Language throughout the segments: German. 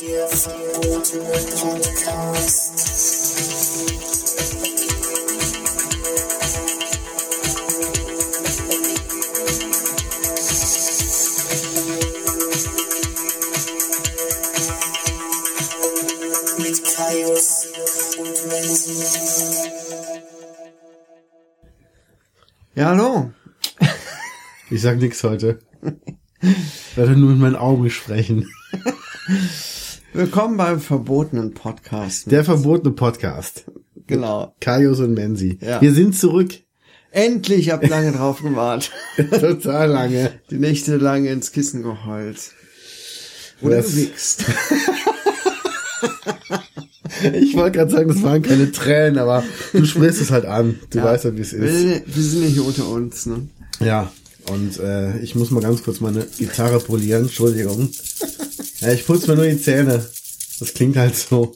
Der verbotene Podcast. Mit Kaius und Menzi. Ja, hallo. Ich sag nix heute. Ich werde nur mit meinen Augen sprechen. Willkommen beim verbotenen Podcast. Der verbotene Podcast. Genau. Kaius und Menzi. Ja. Wir sind zurück. Endlich, ich hab lange drauf gewartet. Total lange. Die Nächte lange ins Kissen geheult. Oder Das- gewichst. Ich wollte gerade sagen, das waren keine Tränen, aber du sprichst es halt an. Du weißt halt, wie es ist. Wir sind ja hier unter uns, ne? Ja, und ich muss mal ganz kurz meine Gitarre polieren. Entschuldigung. Ja, ich putze mir nur die Zähne. Das klingt halt so.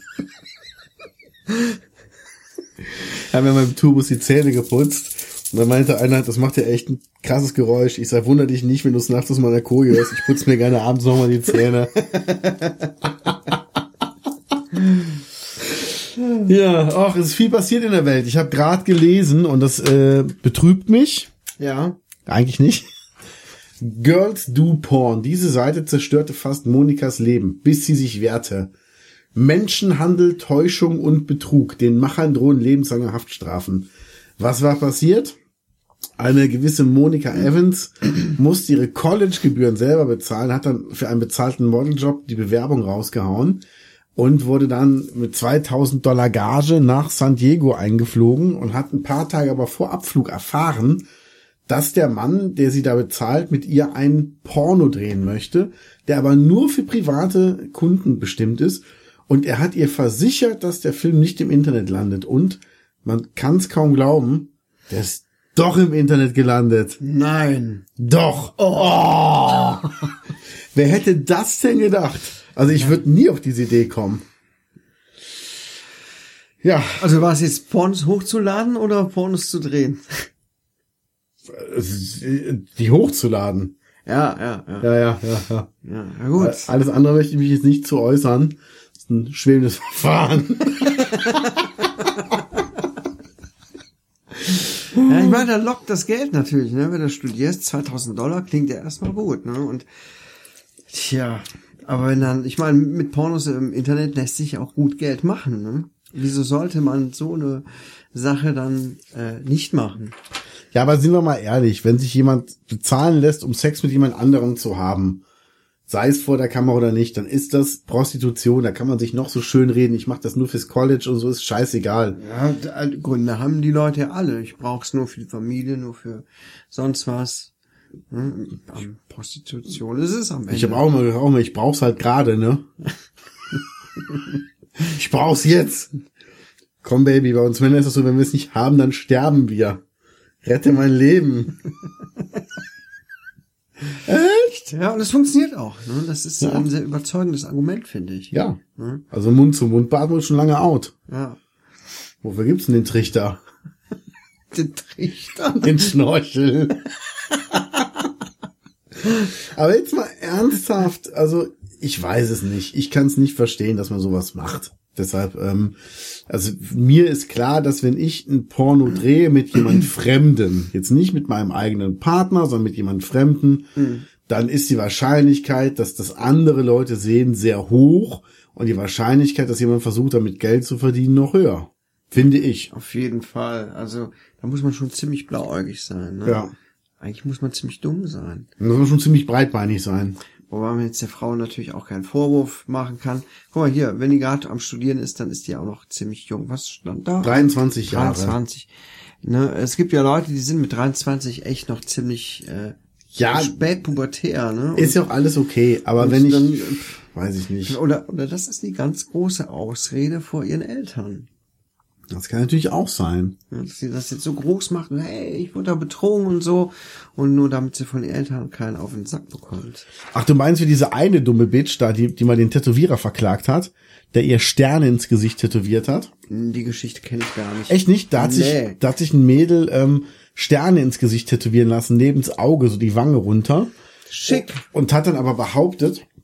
Ich habe mir beim Tubus die Zähne geputzt. Und dann meinte einer, das macht ja echt ein krasses Geräusch. Ich sag, wunder dich nicht, wenn du es nachts aus meiner Koje hörst. Ich putze mir gerne abends nochmal die Zähne. Ja, ach, es ist viel passiert in der Welt. Ich habe gerade gelesen und das betrübt mich. Ja. Eigentlich nicht. Girls Do Porn. Diese Seite zerstörte fast Monikas Leben, bis sie sich wehrte. Menschenhandel, Täuschung und Betrug. Den Machern drohen lebenslange Haftstrafen. Was war passiert? Eine gewisse Monika Evans musste ihre College-Gebühren selber bezahlen, hat dann für einen bezahlten Modeljob die Bewerbung rausgehauen und wurde dann mit $2.000 Gage nach San Diego eingeflogen und hat ein paar Tage aber vor Abflug erfahren, dass der Mann, der sie da bezahlt, mit ihr ein Porno drehen möchte, der aber nur für private Kunden bestimmt ist. Und er hat ihr versichert, dass der Film nicht im Internet landet. Und man kann es kaum glauben, der ist doch im Internet gelandet. Nein. Doch. Oh. Wer hätte das denn gedacht? Also ich würde nie auf diese Idee kommen. Ja, Also war es jetzt Pornos hochzuladen oder Pornos zu drehen? die hochzuladen. Ja. Ja. Ja, na gut. Alles andere möchte ich mich jetzt nicht zu äußern. Das ist ein schwebendes Verfahren. Ja, ich meine, da lockt das Geld natürlich, ne? Wenn du studierst, $2.000 klingt ja erstmal gut, ne? Und tja, aber wenn dann, ich meine, mit Pornos im Internet lässt sich auch gut Geld machen, ne? Wieso sollte man so eine Sache dann nicht machen? Ja, aber sind wir mal ehrlich, wenn sich jemand bezahlen lässt, um Sex mit jemand anderem zu haben, sei es vor der Kamera oder nicht, dann ist das Prostitution, da kann man sich noch so schön reden, ich mache das nur fürs College und so, ist scheißegal. Ja, Gründe haben die Leute ja alle. Ich brauch's nur für die Familie, nur für sonst was. Hm? Prostitution ist es am Ende. Ich habe auch mal, ich brauch's halt gerade, ne? Ich brauch's jetzt. Komm, Baby, bei uns Männern ist das so, wenn wir es nicht haben, dann sterben wir. Rette mein Leben. Echt? Ja, und es funktioniert auch. Ne? Das ist Ja. ein sehr überzeugendes Argument, finde ich. Ja. Hm? Also Mund-zu-Mund-Beatmung ist schon lange out. Ja. Wofür gibt's denn den Trichter? Den Trichter. Den Schnorchel. Aber jetzt mal ernsthaft, also ich weiß es nicht. Ich kann es nicht verstehen, dass man sowas macht. Deshalb, also mir ist klar, dass wenn ich ein Porno drehe mit jemand Fremden, jetzt nicht mit meinem eigenen Partner, sondern mit jemand Fremden, dann ist die Wahrscheinlichkeit, dass das andere Leute sehen, sehr hoch und die Wahrscheinlichkeit, dass jemand versucht, damit Geld zu verdienen, noch höher. Finde ich. Auf jeden Fall. Also, da muss man schon ziemlich blauäugig sein. Ne? Ja. Eigentlich muss man ziemlich dumm sein. Da muss man schon ziemlich breitbeinig sein. Wobei man jetzt der Frau natürlich auch keinen Vorwurf machen kann. Guck mal hier, wenn die gerade am Studieren ist, dann ist die auch noch ziemlich jung. Was stand da? 23 Jahre. 23. Ne, es gibt ja Leute, die sind mit 23 echt noch ziemlich Ja, spät pubertär. Ne? ist ja auch alles okay, aber und wenn ich, dann, weiß ich nicht. oder das ist die ganz große Ausrede vor ihren Eltern. Das kann natürlich auch sein. Ja, dass sie das jetzt so groß macht und hey, ich wurde da betrogen und so. Und nur damit sie von den Eltern keinen auf den Sack bekommt. Ach, du meinst wie diese eine dumme Bitch da, die mal den Tätowierer verklagt hat, der ihr Sterne ins Gesicht tätowiert hat? Die Geschichte kenne ich gar nicht. Echt nicht? Da hat sich ein Mädel Sterne ins Gesicht tätowieren lassen, nebens Auge, so die Wange runter. Schick. Und hat dann aber behauptet,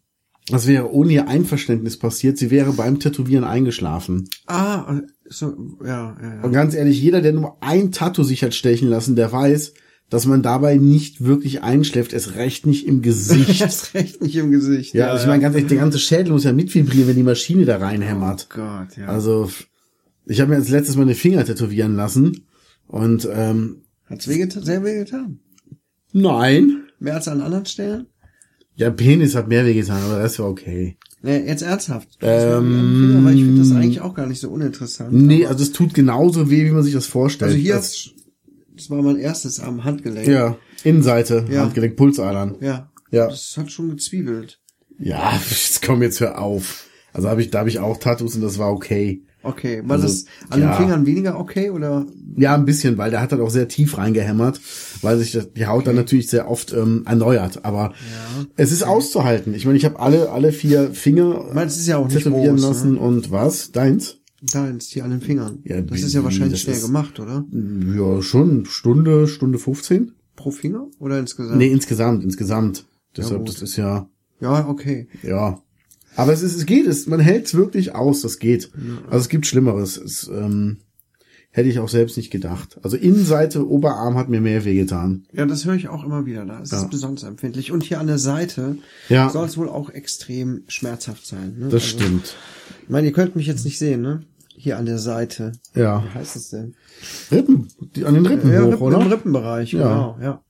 Das wäre ohne ihr Einverständnis passiert. Sie wäre beim Tätowieren eingeschlafen. So, ja. Und ganz ehrlich, jeder, der nur ein Tattoo sich hat stechen lassen, der weiß, dass man dabei nicht wirklich einschläft, erst recht nicht im Gesicht. Erst recht nicht im Gesicht. Ja, also ich meine ganz ehrlich, der ganze Schädel muss ja mitvibrieren, wenn die Maschine da reinhämmert. Oh Gott, ja. Also, ich habe mir als letztes Mal eine Finger tätowieren lassen und Hat's sehr wehgetan? nein. Mehr als an anderen Stellen? Ja, Penis hat mehr wehgetan, aber das war okay. Nee, jetzt ernsthaft. Weil ich finde das eigentlich auch gar nicht so uninteressant. Nee, also es tut genauso weh, wie man sich das vorstellt. Also hier das war mein erstes am Handgelenk. Ja, Innenseite, Ja. Handgelenk, Pulsadern. Ja. Ja. Das hat schon gezwiebelt. Ja, jetzt hör auf. Also da habe ich auch Tattoos und das war okay. Okay, war Also, das an den Fingern weniger okay oder? Ja, ein bisschen, weil der hat halt auch sehr tief reingehämmert, weil sich die Haut dann natürlich sehr oft erneuert. Aber es ist auszuhalten. Ich meine, ich habe alle 4 Finger Meins ist ja auch nicht tätowieren groß, lassen ne? und was? Deins? Deins, hier an den Fingern. Ja, das ist ja wahrscheinlich das schnell ist- gemacht, oder? Ja, schon Stunde 15? Pro Finger oder insgesamt? Nee, insgesamt. Deshalb, gut. das ist ja, Ja, okay. ja. Aber es geht, man hält's wirklich aus, das geht. Also es gibt Schlimmeres. Hätte ich auch selbst nicht gedacht. Also Innenseite, Oberarm hat mir mehr wehgetan. Ja, das höre ich auch immer wieder. Da ist es besonders empfindlich. Und hier an der Seite Ja. soll es wohl auch extrem schmerzhaft sein. Ne? Das stimmt. Ich meine, ihr könnt mich jetzt nicht sehen, ne? Hier an der Seite. Ja. Wie heißt es denn? Rippen, an den Rippen hoch, Im oder? Rippenbereich, Ja. genau, ja.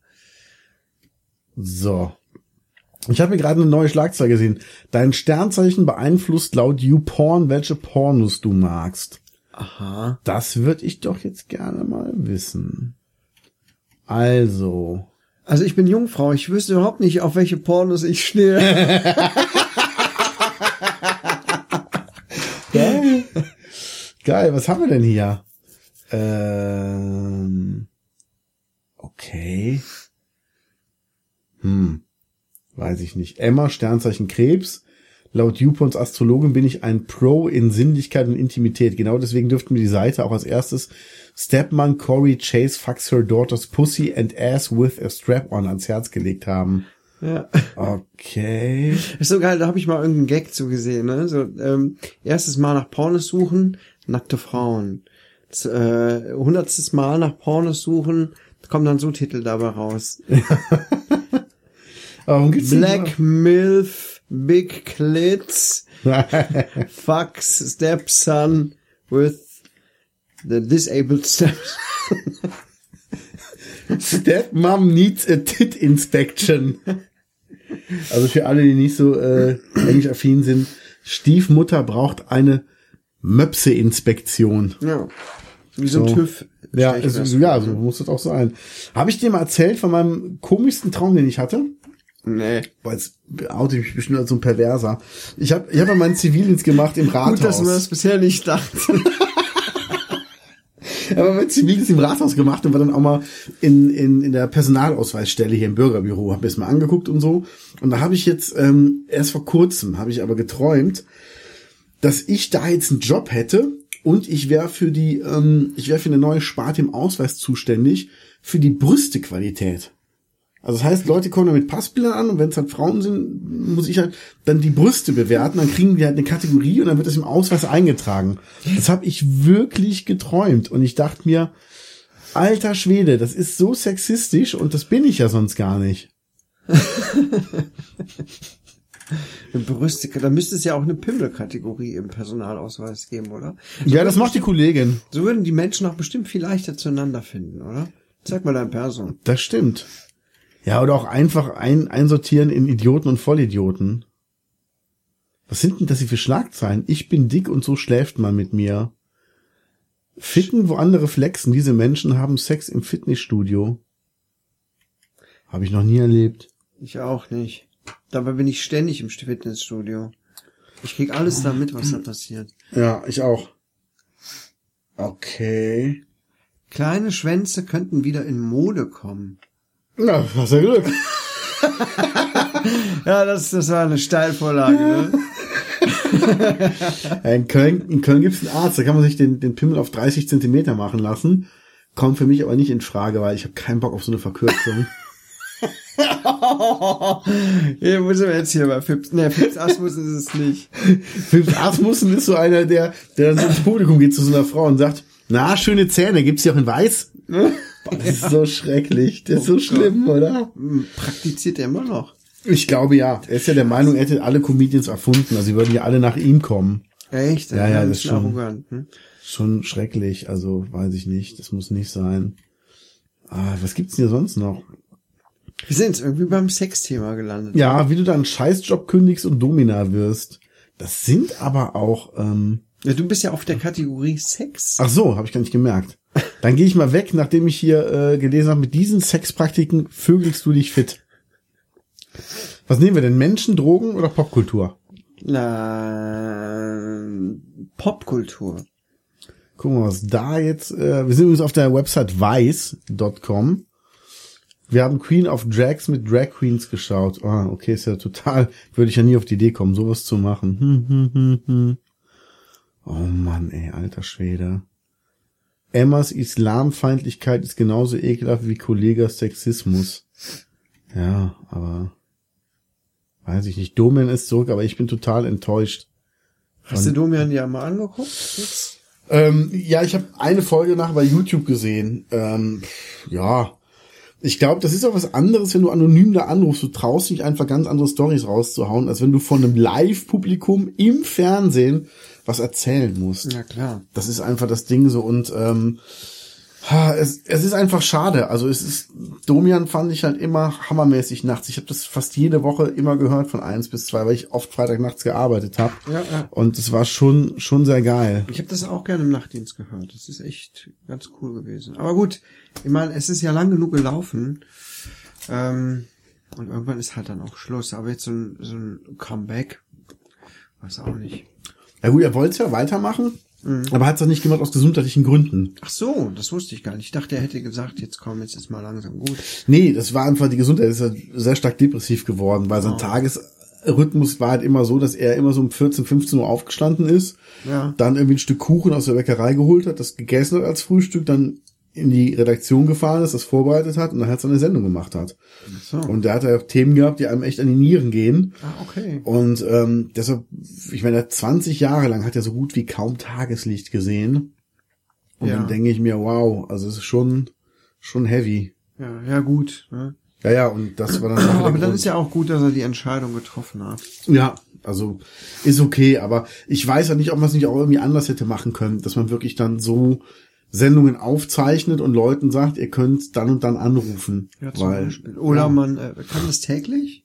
So. Ich habe mir gerade eine neue Schlagzeile gesehen. Dein Sternzeichen beeinflusst laut YouPorn, welche Pornos du magst. Aha. Das würde ich doch jetzt gerne mal wissen. Also. Also ich bin Jungfrau, ich wüsste überhaupt nicht, auf welche Pornos ich stehe. Geil, was haben wir denn hier? Okay. Weiß ich nicht. Emma, Sternzeichen Krebs. Laut YouPorns Astrologin bin ich ein Pro in Sinnlichkeit und Intimität. Genau deswegen dürften wir die Seite auch als erstes Stepmom Corey Chase fucks her daughter's pussy and ass with a strap-on ans Herz gelegt haben. Ja. Okay. Ist so geil, da habe ich mal irgendeinen Gag zu gesehen, ne? So, erstes Mal nach Pornos suchen, nackte Frauen. 100. Mal nach Pornos suchen, kommen dann so Titel dabei raus. Warum gibt's denn Black Milf, Big Clits, fucks stepson with the disabled stepson. Stepmom needs a tit inspection. Also für alle, die nicht so englisch affin sind, Stiefmutter braucht eine Möpse-Inspektion. Ja. Wie so ein TÜV. Ja, so muss das auch sein. Habe ich dir mal erzählt von meinem komischsten Traum, den ich hatte? Nee. Weil es oute ich mich bestimmt als so ein Perverser. Ich hab ja meinen Zivildienst gemacht im Rathaus. Gut, dass man das bisher nicht dachte. Ich habe meinen Zivildienst im Rathaus gemacht und war dann auch mal in der Personalausweisstelle hier im Bürgerbüro. Hab mir das mal angeguckt und so. Und da habe ich jetzt, erst vor kurzem, habe ich aber geträumt, dass ich da jetzt einen Job hätte und ich wäre für eine neue Sparte im Ausweis zuständig, für die Brüstequalität. Also das heißt, Leute kommen da mit Passbildern an und wenn es halt Frauen sind, muss ich halt dann die Brüste bewerten, dann kriegen die halt eine Kategorie und dann wird das im Ausweis eingetragen. Das habe ich wirklich geträumt und ich dachte mir, alter Schwede, das ist so sexistisch und das bin ich ja sonst gar nicht. Brüste, da müsste es ja auch eine Pimmelkategorie im Personalausweis geben, oder? Ja, das macht die Kollegin. So würden die Menschen auch bestimmt viel leichter zueinander finden, oder? Zeig mal dein Perso. Das stimmt. Ja, oder auch einfach einsortieren in Idioten und Vollidioten. Was sind denn das hier für Schlagzeilen? Ich bin dick und so schläft man mit mir. Ficken, wo andere flexen. Diese Menschen haben Sex im Fitnessstudio. Habe ich noch nie erlebt. Ich auch nicht. Dabei bin ich ständig im Fitnessstudio. Ich krieg alles da mit, was da passiert. Ja, ich auch. Okay. Kleine Schwänze könnten wieder in Mode kommen. Na, hast ja Glück. Ja, das war eine Steilvorlage, ne? In Köln gibt's einen Arzt, da kann man sich den Pimmel auf 30 Zentimeter machen lassen. Kommt für mich aber nicht in Frage, weil ich habe keinen Bock auf so eine Verkürzung. Hier muss ich jetzt hier bei Fips. Ne, Fips Asmussen ist es nicht. Fips Asmussen ist so einer, der dann so ins Publikum geht zu so einer Frau und sagt, na, schöne Zähne, gibt's die auch in weiß? Boah, das ist so schrecklich. Das ist so schlimm, oder? Praktiziert er immer noch. Ich glaube, ja. Er ist ja der Meinung, er hätte alle Comedians erfunden. Also, sie würden ja alle nach ihm kommen. Echt? Ja, das ist schon arrogant. schon schrecklich. Also, weiß ich nicht. Das muss nicht sein. Was gibt's denn hier sonst noch? Wir sind jetzt irgendwie beim Sexthema gelandet. Ja, wie du da einen Scheißjob kündigst und Domina wirst. Das sind aber auch, Ja, du bist ja auf der Kategorie Sex. ach so, habe ich gar nicht gemerkt. Dann gehe ich mal weg, nachdem ich hier gelesen habe, mit diesen Sexpraktiken vögelst du dich fit. Was nehmen wir denn? Menschen, Drogen oder Popkultur? Na, Popkultur. Gucken wir mal, was da jetzt, wir sind übrigens auf der Website vice.com. Wir haben Queen of Drags mit Drag Queens geschaut. Ah, okay, ist ja total, würde ich ja nie auf die Idee kommen, sowas zu machen. Oh Mann, ey, alter Schwede. Emmas Islamfeindlichkeit ist genauso ekelhaft wie Kollegas Sexismus. Ja, aber weiß ich nicht. Domian ist zurück, aber ich bin total enttäuscht. Hast du Domian ja mal angeguckt? Jetzt? Ja, ich habe eine Folge nachher bei YouTube gesehen. Ja, ich glaube, das ist auch was anderes, wenn du anonym da anrufst. Du traust dich einfach ganz andere Storys rauszuhauen, als wenn du von einem Live-Publikum im Fernsehen was erzählen musst. Ja, klar. Das ist einfach das Ding so und es ist einfach schade. Also Domian fand ich halt immer hammermäßig nachts. Ich habe das fast jede Woche immer gehört von 1 bis 2, weil ich oft Freitagnachts gearbeitet habe. Ja. Und es war schon sehr geil. Ich habe das auch gerne im Nachtdienst gehört. Das ist echt ganz cool gewesen. Aber gut, ich meine, es ist ja lang genug gelaufen. Und irgendwann ist halt dann auch Schluss. Aber jetzt so ein Comeback, weiß auch nicht. Ja gut, er wollte es ja weitermachen, aber hat es doch nicht gemacht aus gesundheitlichen Gründen. Ach so, das wusste ich gar nicht. Ich dachte, er hätte gesagt, jetzt ist mal langsam gut. Nee, das war einfach die Gesundheit. Er ist ja sehr stark depressiv geworden, weil sein Tagesrhythmus war halt immer so, dass er immer so um 14, 15 Uhr aufgestanden ist, dann irgendwie ein Stück Kuchen aus der Bäckerei geholt hat, das gegessen hat als Frühstück, dann in die Redaktion gefahren ist, das vorbereitet hat und dann halt seine Sendung gemacht hat. So. Und der hat ja auch Themen gehabt, die einem echt an die Nieren gehen. Ah, okay. Und deshalb, ich meine, 20 Jahre lang hat er so gut wie kaum Tageslicht gesehen. Und dann denke ich mir, wow, also es ist schon heavy. Ja, gut. Ne? Ja, und das war dann aber dann ist ja auch gut, dass er die Entscheidung getroffen hat. Ja, also ist okay, aber ich weiß ja nicht, ob man es nicht auch irgendwie anders hätte machen können, dass man wirklich dann so Sendungen aufzeichnet und Leuten sagt, ihr könnt dann und dann anrufen. Ja, zum Beispiel. Oder man kann das täglich?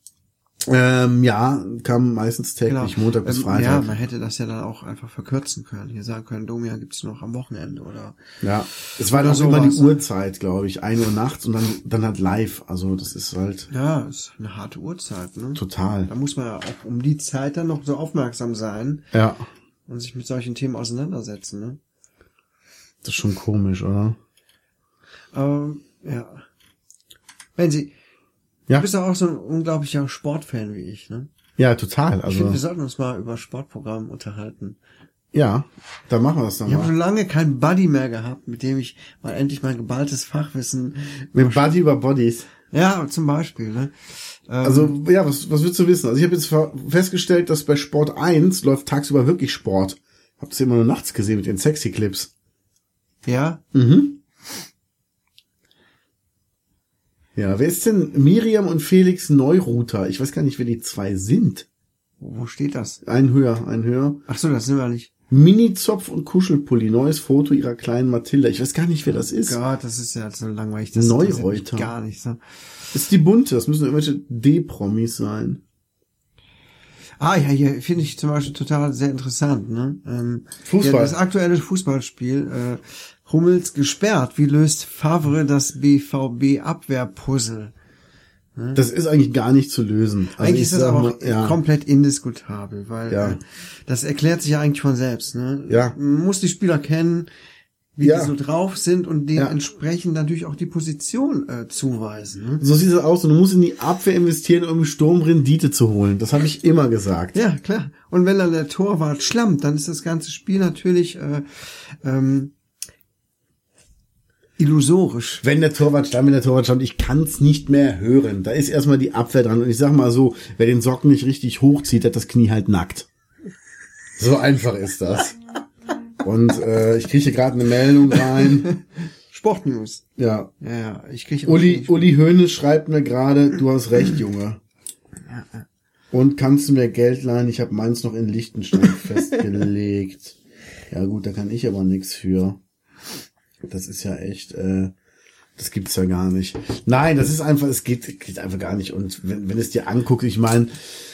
Ja, kam meistens täglich, Montag bis Freitag. Ja, man hätte das ja dann auch einfach verkürzen können. Hier sagen können, Domian gibt's noch am Wochenende oder. Ja, es war dann auch immer die Uhrzeit, glaube ich, 1 Uhr nachts und dann halt live. Also das ist halt. Ja, ist eine harte Uhrzeit, ne? Total. Da muss man ja auch um die Zeit dann noch so aufmerksam sein. Ja. Und sich mit solchen Themen auseinandersetzen, ne? Das ist schon komisch, oder? Ja. Du bist doch auch so ein unglaublicher Sportfan wie ich, ne? Ja, total. Ich finde, wir sollten uns mal über Sportprogramm unterhalten. Ja, dann machen wir das dann mal. Ich habe schon lange keinen Buddy mehr gehabt, mit dem ich mal endlich mein geballtes Fachwissen... Mit Buddy über Bodies. Ja, zum Beispiel, ne? Also, ja, was willst du wissen? Also ich habe jetzt festgestellt, dass bei Sport 1 läuft tagsüber wirklich Sport. Hab das immer nur nachts gesehen mit den Sexy Clips. Ja? Ja, wer ist denn Miriam und Felix Neuruter? Ich weiß gar nicht, wer die zwei sind. Wo steht das? Ein höher. Ach so, das sind wir nicht. Mini-Zopf und Kuschelpulli, neues Foto ihrer kleinen Mathilda. Ich weiß gar nicht, wer das ist. Gott, das ist ja so langweilig. Das Neureuter. Gar nicht so. Das ist die bunte, das müssen irgendwelche D-Promis sein. Ja, hier finde ich zum Beispiel total sehr interessant, ne? Fußball. Ja, das aktuelle Fußballspiel, Hummels gesperrt. Wie löst Favre das BVB-Abwehrpuzzle? Das ist eigentlich gar nicht zu lösen. Also eigentlich ist das auch komplett indiskutabel, weil das erklärt sich ja eigentlich von selbst. Ne? Ja. Man muss die Spieler kennen, wie die so drauf sind und dementsprechend natürlich auch die Position zuweisen. Ne? So sieht es aus. Und du musst in die Abwehr investieren, um im Sturm Rendite zu holen. Das habe ich immer gesagt. Ja, klar. Und wenn dann der Torwart schlammt, dann ist das ganze Spiel natürlich illusorisch. Wenn der Torwart stand, ich kann's nicht mehr hören. Da ist erstmal die Abwehr dran. Und ich sag mal so, wer den Socken nicht richtig hochzieht, hat das Knie halt nackt. So einfach ist das. Und ich kriege hier gerade eine Meldung rein. Sportnews. Ja. Ja, ich kriege Uli Hoeneß schreibt mir gerade, du hast recht, Junge. Und kannst du mir Geld leihen? Ich habe meins noch in Liechtenstein festgelegt. Ja gut, da kann ich aber nichts für. Das ist ja echt, das gibt's ja gar nicht. Nein, das ist einfach, es geht einfach gar nicht. Und wenn es dir anguckt, ich meine,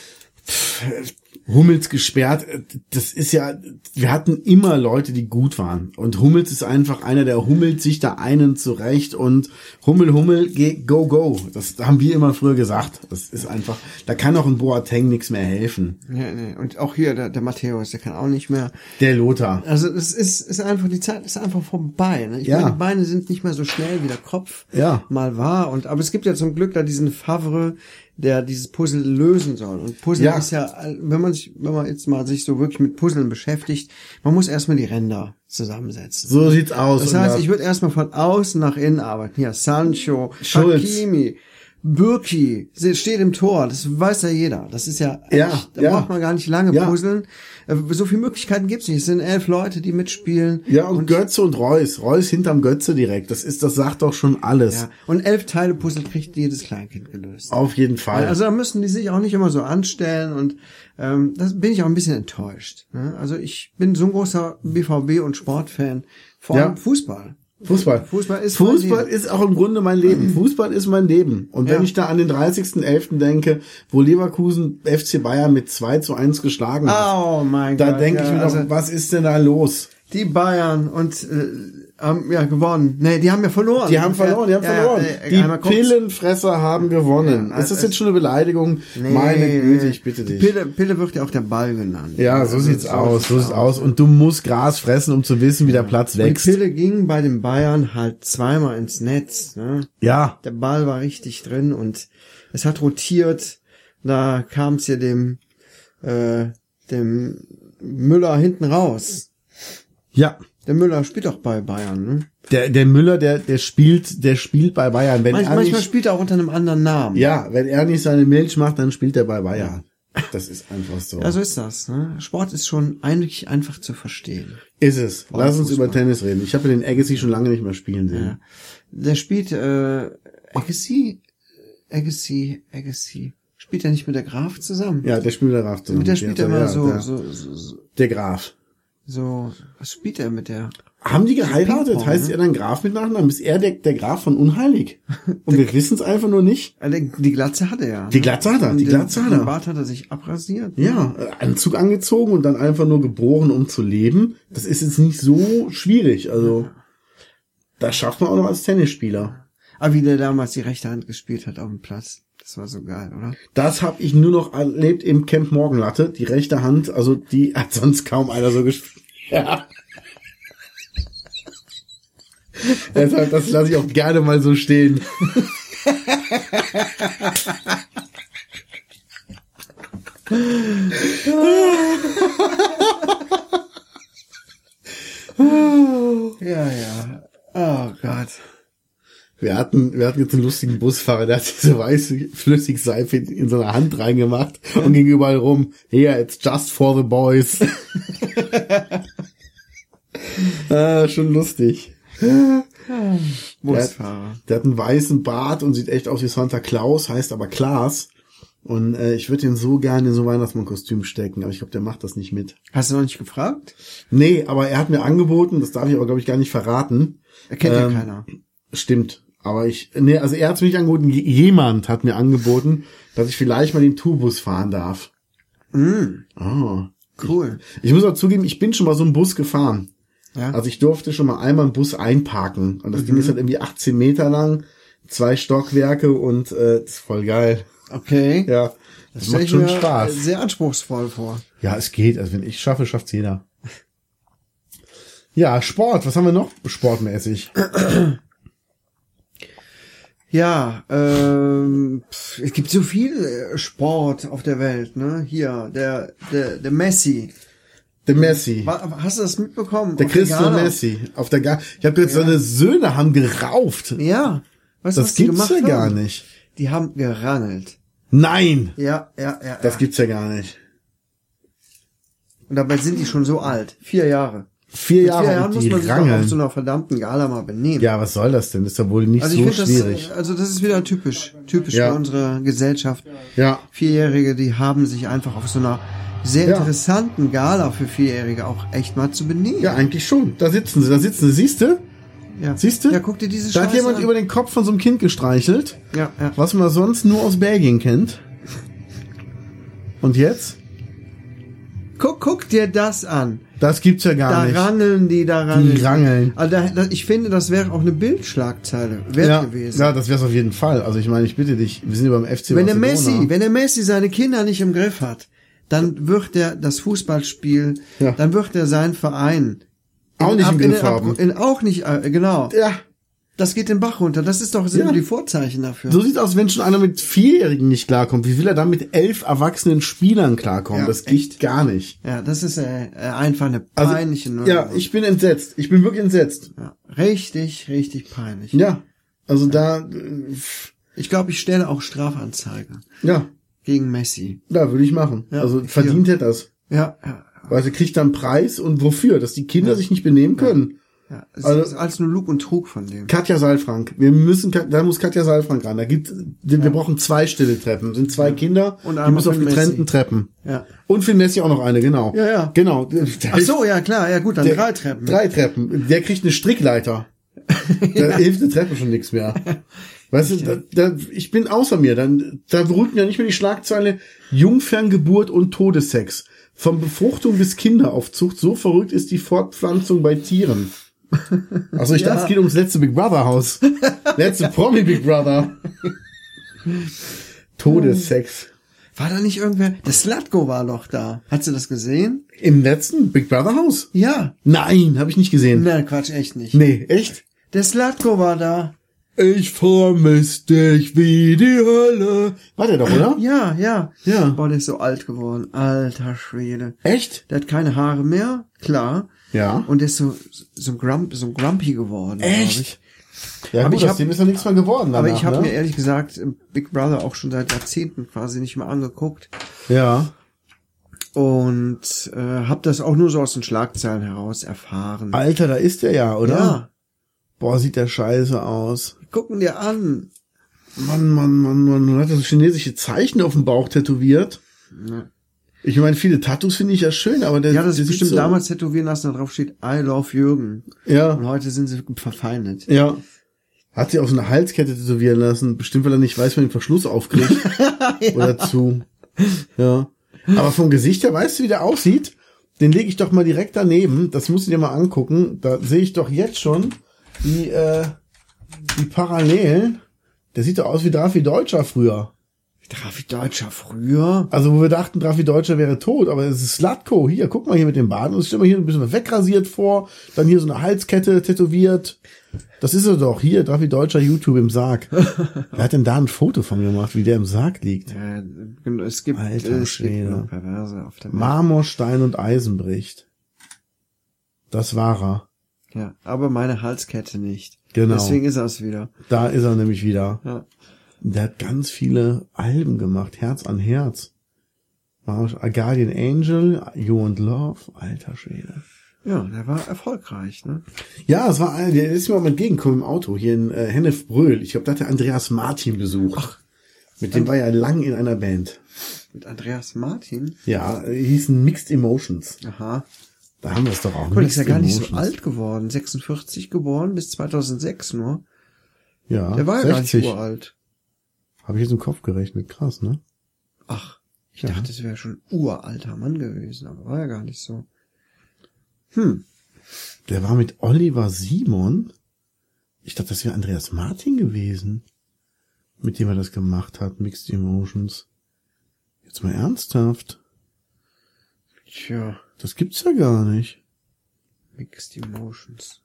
Hummels gesperrt, das ist ja, wir hatten immer Leute, die gut waren. Und Hummels ist einfach einer, der hummelt sich da einen zurecht und Hummel, go. Das haben wir immer früher gesagt. Das ist einfach, da kann auch ein Boateng nichts mehr helfen. Ja, nee. Und auch hier, der Matthäus, der kann auch nicht mehr. Der Lothar. Also es ist einfach, die Zeit ist einfach vorbei. Ne? Ich Ja. meine, die Beine sind nicht mehr so schnell, wie der Kopf Ja. mal war. Aber es gibt ja zum Glück da diesen Favre, der dieses Puzzle lösen soll. Und Puzzle Ja. ist ja, wenn man jetzt mal sich so wirklich mit Puzzeln beschäftigt, man muss erstmal die Ränder zusammensetzen. So sieht's aus. Das heißt, ich würde erstmal von außen nach innen arbeiten. Hier, Sancho, Schulz. Hakimi, Bürki, steht im Tor. Das weiß ja jeder. Das ist ja, da braucht man gar nicht lange puzzeln. So viele Möglichkeiten gibt's nicht. Es sind 11 Leute, die mitspielen. Ja, und Götze und Reus. Reus hinterm Götze direkt. Das sagt doch schon alles. Ja. Und 11 Teile Puzzle kriegt jedes Kleinkind gelöst. Auf jeden Fall. Also da müssen die sich auch nicht immer so anstellen und das bin ich auch ein bisschen enttäuscht. Ne? Also ich bin so ein großer BVB und Sportfan, vor allem Fußball. Fußball ist auch im Grunde mein Leben. Fußball ist mein Leben. Und wenn ich da an den 30.11. denke, wo Leverkusen FC Bayern mit 2:1 geschlagen hat, Oh mein da Gott. denke ich mir doch, was ist denn da los? Die Bayern und haben ja gewonnen. Nee, die haben ja verloren. Die haben verloren. Die einmal kurz. Pillenfresser haben gewonnen. Ja, ist das jetzt schon eine Beleidigung? Meine Güte, ich bitte dich. Pille wird ja auch der Ball genannt. Ja, so sieht's aus. Und du musst Gras fressen, um zu wissen, wie der Platz wächst. Die Pille ging bei den Bayern halt zweimal ins Netz. Ne? Ja. Der Ball war richtig drin und es hat rotiert. Da kam es ja dem Müller hinten raus. Ja. Der Müller spielt auch bei Bayern, ne? Der Müller, der spielt bei Bayern. Wenn Manchmal spielt er auch unter einem anderen Namen. Ja, wenn er nicht seine Milch macht, dann spielt er bei Bayern. Das ist einfach so. Ja, so ist das. Ne? Sport ist schon eigentlich einfach zu verstehen. Ist es. Lass uns Fußball. über Tennis reden. Ich habe den Agassi schon lange nicht mehr spielen sehen. Ja. Der spielt Agassi. Spielt er nicht mit der Graf zusammen? Ja, der spielt der Graf zusammen. Mit der spielt er immer so, Der Graf. was spielt er mit der? Haben die geheiratet? Ping-Pong, Heißt er dann Graf mit Nachnamen? Ist er der Graf von Unheilig? Und wir wissen es einfach nur nicht. Die Glatze hat er ja. Die Glatze hat er, die Glatze hat er. Den Bart hat er sich abrasiert. Ne? Ja, Anzug angezogen und dann einfach nur geboren, um zu leben. Das ist jetzt nicht so schwierig. Also, das schafft man auch noch als Tennisspieler. Aber wie der damals die rechte Hand gespielt hat auf dem Platz. Das war so geil, oder? Das habe ich nur noch erlebt im Camp Morgenlatte. Die rechte Hand, also die hat sonst kaum einer so gespielt. Ja. Deshalb, das lasse ich auch gerne mal so stehen. Ja. Oh Gott. Wir hatten jetzt einen lustigen Busfahrer, der hat diese weiße Flüssigseife in seine Hand reingemacht und ging überall rum. Here, it's just for the boys. Schon lustig. Busfahrer. Der hat einen weißen Bart und sieht echt aus wie Santa Claus, heißt aber Klaas. Und ich würde ihn so gerne in so ein Weihnachtsmann-Kostüm stecken, aber ich glaube, der macht das nicht mit. Hast du noch nicht gefragt? Nee, aber er hat mir angeboten, das darf ich aber, glaube ich, gar nicht verraten. Kennt ja keiner. Stimmt. Aber also er hat es mir nicht angeboten, jemand hat mir angeboten, dass ich vielleicht mal den Tourbus fahren darf. Oh. Cool. Ich muss auch zugeben, ich bin schon mal so einen Bus gefahren. Ja. Also ich durfte schon mal einmal einen Bus einparken. Und das Ding ist halt irgendwie 18 Meter lang, 2 Stockwerke und das ist voll geil. Okay. Ja, das stell macht ich schon mir Spaß. sehr anspruchsvoll vor. Ja, es geht. Also wenn ich schaffe, schafft's jeder. Ja, Sport. Was haben wir noch sportmäßig? Ja, es gibt so viel Sport auf der Welt, ne? Hier, der Messi, Der Messi. Hast du das mitbekommen? Der Auf der Cristo Gala? Messi. Auf der Ich habe gehört, seine Söhne haben gerauft. Ja. Weißt du, Das was die gibt's gemacht ja gar haben? nicht. Die haben gerangelt. Nein. Ja. Das gibt's ja gar nicht. Und dabei sind die schon so alt. 4 Jahre. 4 Mit Jahre 4 Jahren und muss die man sich doch auf rangeln. so einer verdammten Gala mal benehmen. Ja, was soll das denn? Das ist ja wohl nicht Also ich so finde schwierig. das ist wieder typisch Ja. für unsere Gesellschaft. Ja. 4-Jährige, die haben sich einfach auf so einer sehr Ja. interessanten Gala für 4-Jährige auch echt mal zu benehmen. Ja, eigentlich schon. Da sitzen sie. Siehst du? Ja. Siehst du? Ja, guck dir diese Da hat Scheiße jemand an. über den Kopf von so einem Kind gestreichelt, Ja. was man sonst nur aus Belgien kennt. Und jetzt? Guck dir das an. Das gibt's ja gar Da nicht. rangeln die. Die rangeln. Also ich finde, das wäre auch eine Bildschlagzeile wert gewesen. Ja, das wär's auf jeden Fall. Also ich meine, ich bitte dich, wir sind ja beim FC Wenn der Barcelona. Messi seine Kinder nicht im Griff hat, dann wird er das Fußballspiel, dann wird er seinen Verein Auch nicht im Griff haben. Auch nicht, genau. Ja, Das geht den Bach runter. Das ist doch, sind die Vorzeichen dafür. so sieht's aus, wenn schon einer mit 4-Jährigen nicht klarkommt. Wie will er dann mit 11 erwachsenen Spielern klarkommen? Ja, Das geht gar nicht. Ja, das ist einfach eine Also, peinliche Nummer. ja, ich bin entsetzt. Ich bin wirklich entsetzt. Ja, richtig peinlich. Ja, also da, Ich glaube, ich stelle auch Strafanzeige ja, gegen Messi. da würde ich machen. Ja, Also verdient er das. Ja. Weil er kriegt dann einen Preis und wofür? Dass die Kinder sich nicht benehmen können. Ja, es Also- ist alles nur Lug und Trug von dem. Katja Saalfrank. Da muss Katja Saalfrank ran. Wir brauchen 2 stille Treppen. Sind 2 Kinder, Und die einmal müssen auf für getrennten Messi. Treppen. Ja. Und für Messi auch noch eine, genau. Ja. Genau. Ach so, ja klar, ja gut, dann Der- 3 Treppen. 3 Treppen. Der kriegt eine Strickleiter. Da hilft eine Treppe schon nichts mehr. Weißt du, ich bin außer mir. Da rücken ja nicht mehr die Schlagzeile Jungferngeburt und Todessex. Von Befruchtung bis Kinderaufzucht. So verrückt ist die Fortpflanzung bei Tieren. Also ich dachte, es geht ums letzte Big Brother Haus. Letzte Promi Big Brother. Todessex. War da nicht irgendwer? Der Slatko war doch da. Hast du das gesehen? Im letzten Big Brother Haus? Ja. Nein, habe ich nicht gesehen. Nein, Quatsch, echt nicht. Nee, echt? Der Slatko war da. Ich vermiss dich wie die Hölle. War der doch, oder? Ja. Ja. Boah, der ist so alt geworden. Alter Schwede. Echt? Der hat keine Haare mehr, klar. Ja. Und der ist so ein Grumpy geworden. glaub Echt? ich. Ja, Aber gut, ich aus hab- dem ist noch nichts mehr geworden danach, Aber ich habe ne? mir ehrlich gesagt Big Brother auch schon seit Jahrzehnten quasi nicht mehr angeguckt. Ja. Und habe das auch nur so aus den Schlagzeilen heraus erfahren. Alter, da ist der ja, oder? Ja. Boah, sieht der scheiße aus. Gucken dir an. Mann. Hat er so chinesische Zeichen auf dem Bauch tätowiert? Ja. Ich meine, viele Tattoos finde ich ja schön, aber der Ja, das der ist sieht bestimmt so, damals tätowieren lassen, da drauf steht I love Jürgen. Und Ja, heute sind sie verfeindet. ja. Hat sie auf so eine Halskette tätowieren lassen. Bestimmt, weil er nicht weiß, wann den Verschluss aufkriegt. Oder zu. Ja. Aber vom Gesicht her, weißt du, wie der aussieht? Den lege ich doch mal direkt daneben. Das musst du dir mal angucken. Da sehe ich doch jetzt schon die Parallelen. Der sieht doch aus wie Drafi Deutscher früher. Drafi Deutscher früher. Also, wo wir dachten, Drafi Deutscher wäre tot, aber es ist Slatko. Hier, guck mal hier mit dem Bart. Und es steht mal hier ein bisschen wegrasiert vor. Dann hier so eine Halskette tätowiert. Das ist er doch. Hier, Drafi Deutscher, YouTube im Sarg. Wer hat denn da ein Foto von mir gemacht, wie der im Sarg liegt? Es gibt, Alter es Schwede. gibt nur Perverse auf der Welt. Marmor, Stein und Eisen bricht. Das war er. Ja, aber meine Halskette nicht. Genau. Deswegen ist er es wieder. Da ist er nämlich wieder. Ja. Der hat ganz viele Alben gemacht. Herz an Herz. A Guardian Angel, You and Love. Alter Schwede. Ja, der war erfolgreich, ne? Ja, es war einer, der ist mir mal entgegengekommen im Auto, hier in Hennef-Bröl. Ich glaube, da hat der Andreas Martin besucht. Ach, mit dem war er lang in einer Band. Mit Andreas Martin. Ja, hießen Mixed Emotions. Aha. Da haben wir es doch auch. Guck mal, der ist ja Mixed gar nicht so Emotions. alt geworden. 46 geboren bis 2006 nur. Ja, Der war ja gar nicht 60. uralt. Habe ich jetzt im Kopf gerechnet. Krass, ne? Ach, ich Ja. dachte, es wäre schon ein uralter Mann gewesen, aber war ja gar nicht so. Der war mit Oliver Simon. Ich dachte, das wäre Andreas Martin gewesen, mit dem er das gemacht hat, Mixed Emotions. Jetzt mal ernsthaft. Tja, Das gibt's ja gar nicht. Mixed Emotions.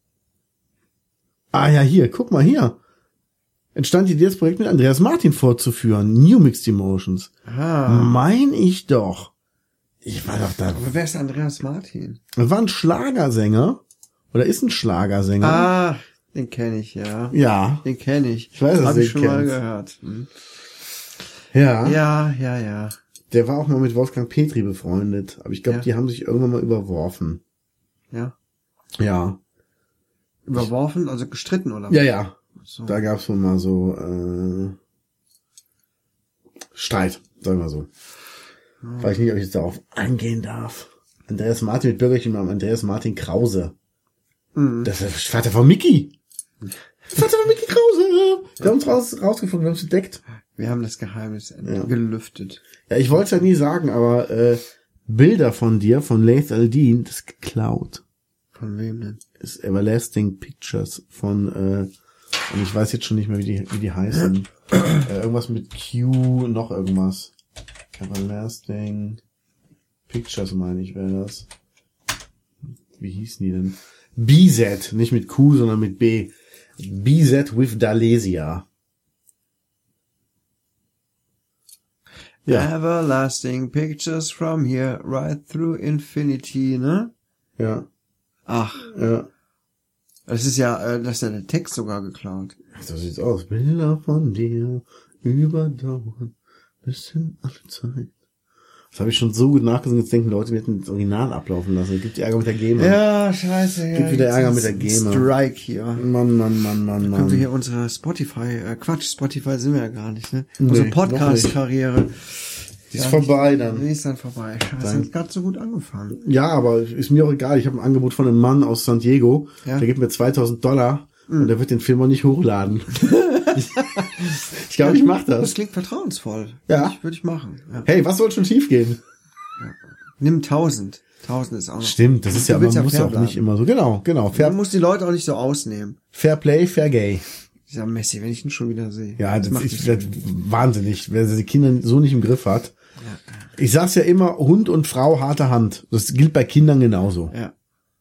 Ah ja, hier, guck mal hier. Entstand die Idee, das Projekt mit Andreas Martin fortzuführen. New Mixed Emotions. Ah, Mein ich doch. Ich war doch da. Aber wer ist Andreas Martin? Das war ein Schlagersänger. Oder ist ein Schlagersänger. Ah, den kenne ich, ja. Ja. Den kenne ich. Ich weiß, dass Hab du ich den schon mal kennst. gehört. Hm. Ja. Ja. Der war auch mal mit Wolfgang Petri befreundet. Aber ich glaube, Ja. die haben sich irgendwann mal überworfen. Ja. Ja. Überworfen, also gestritten, oder? Ja. So. Da gab's wohl mal so Streit, sagen wir so. Weiß ich nicht, ob ich jetzt darauf eingehen darf. Andreas Martin mit Bürgerchen und Andreas Martin Krause. Mhm. Das ist der Vater von Mickey. Vater von Mickey Krause. Wir haben es rausgefunden, wir haben es entdeckt. Wir haben das Geheimnis Ja. gelüftet. Ja, ich wollte es ja nie sagen, aber Bilder von dir, von Laith Al-Din, das ist geklaut. Von wem denn? Ist Everlasting Pictures von, und ich weiß jetzt schon nicht mehr, wie die heißen. Irgendwas mit Q, noch irgendwas. Everlasting Pictures, meine ich, wäre das. Wie hießen die denn? BZ, nicht mit Q, sondern mit B. BZ with Dalesia. Ja. Everlasting Pictures from here, right through infinity, ne? Ja. Ach, Ja. das ist ja der Text sogar geklaut. So sieht's aus. Bilder von dir überdauern bis in alle Zeit. Das habe ich schon so gut nachgesungen, jetzt denken Leute, wir hätten das Original ablaufen lassen. Es gibt Ärger mit der GEMA. Ja, scheiße. Ja, Gibt wieder jetzt Ärger ist mit der GEMA. Strike hier. Mann. Können wir hier unsere Spotify sind wir ja gar nicht, ne? Nee, Unsere noch Podcast-Karriere. Die ist vorbei dann. Die ist dann vorbei. Scheiße, hat gerade so gut angefangen. Ja, aber ist mir auch egal. Ich habe ein Angebot von einem Mann aus San Diego. Ja. Der gibt mir $2.000 und der wird den Film auch nicht hochladen. Ich glaube, ich mach Das das. klingt vertrauensvoll. Ja. Würde ich machen. Ja. Hey, was soll schon schief gehen? Nimm 1000. 1000 ist auch noch. Stimmt, das ist ja, Du man willst ja muss fair ja auch bleiben. nicht immer so. Genau. Man Fair, muss die Leute auch nicht so ausnehmen. Fair Play, Fair Gay. Dieser Messi, wenn ich ihn schon wieder sehe. Ja, das macht ist mich das wahnsinnig, wer die Kinder so nicht im Griff hat. Ich sag's ja immer, Hund und Frau, harte Hand. Das gilt bei Kindern genauso. Ja.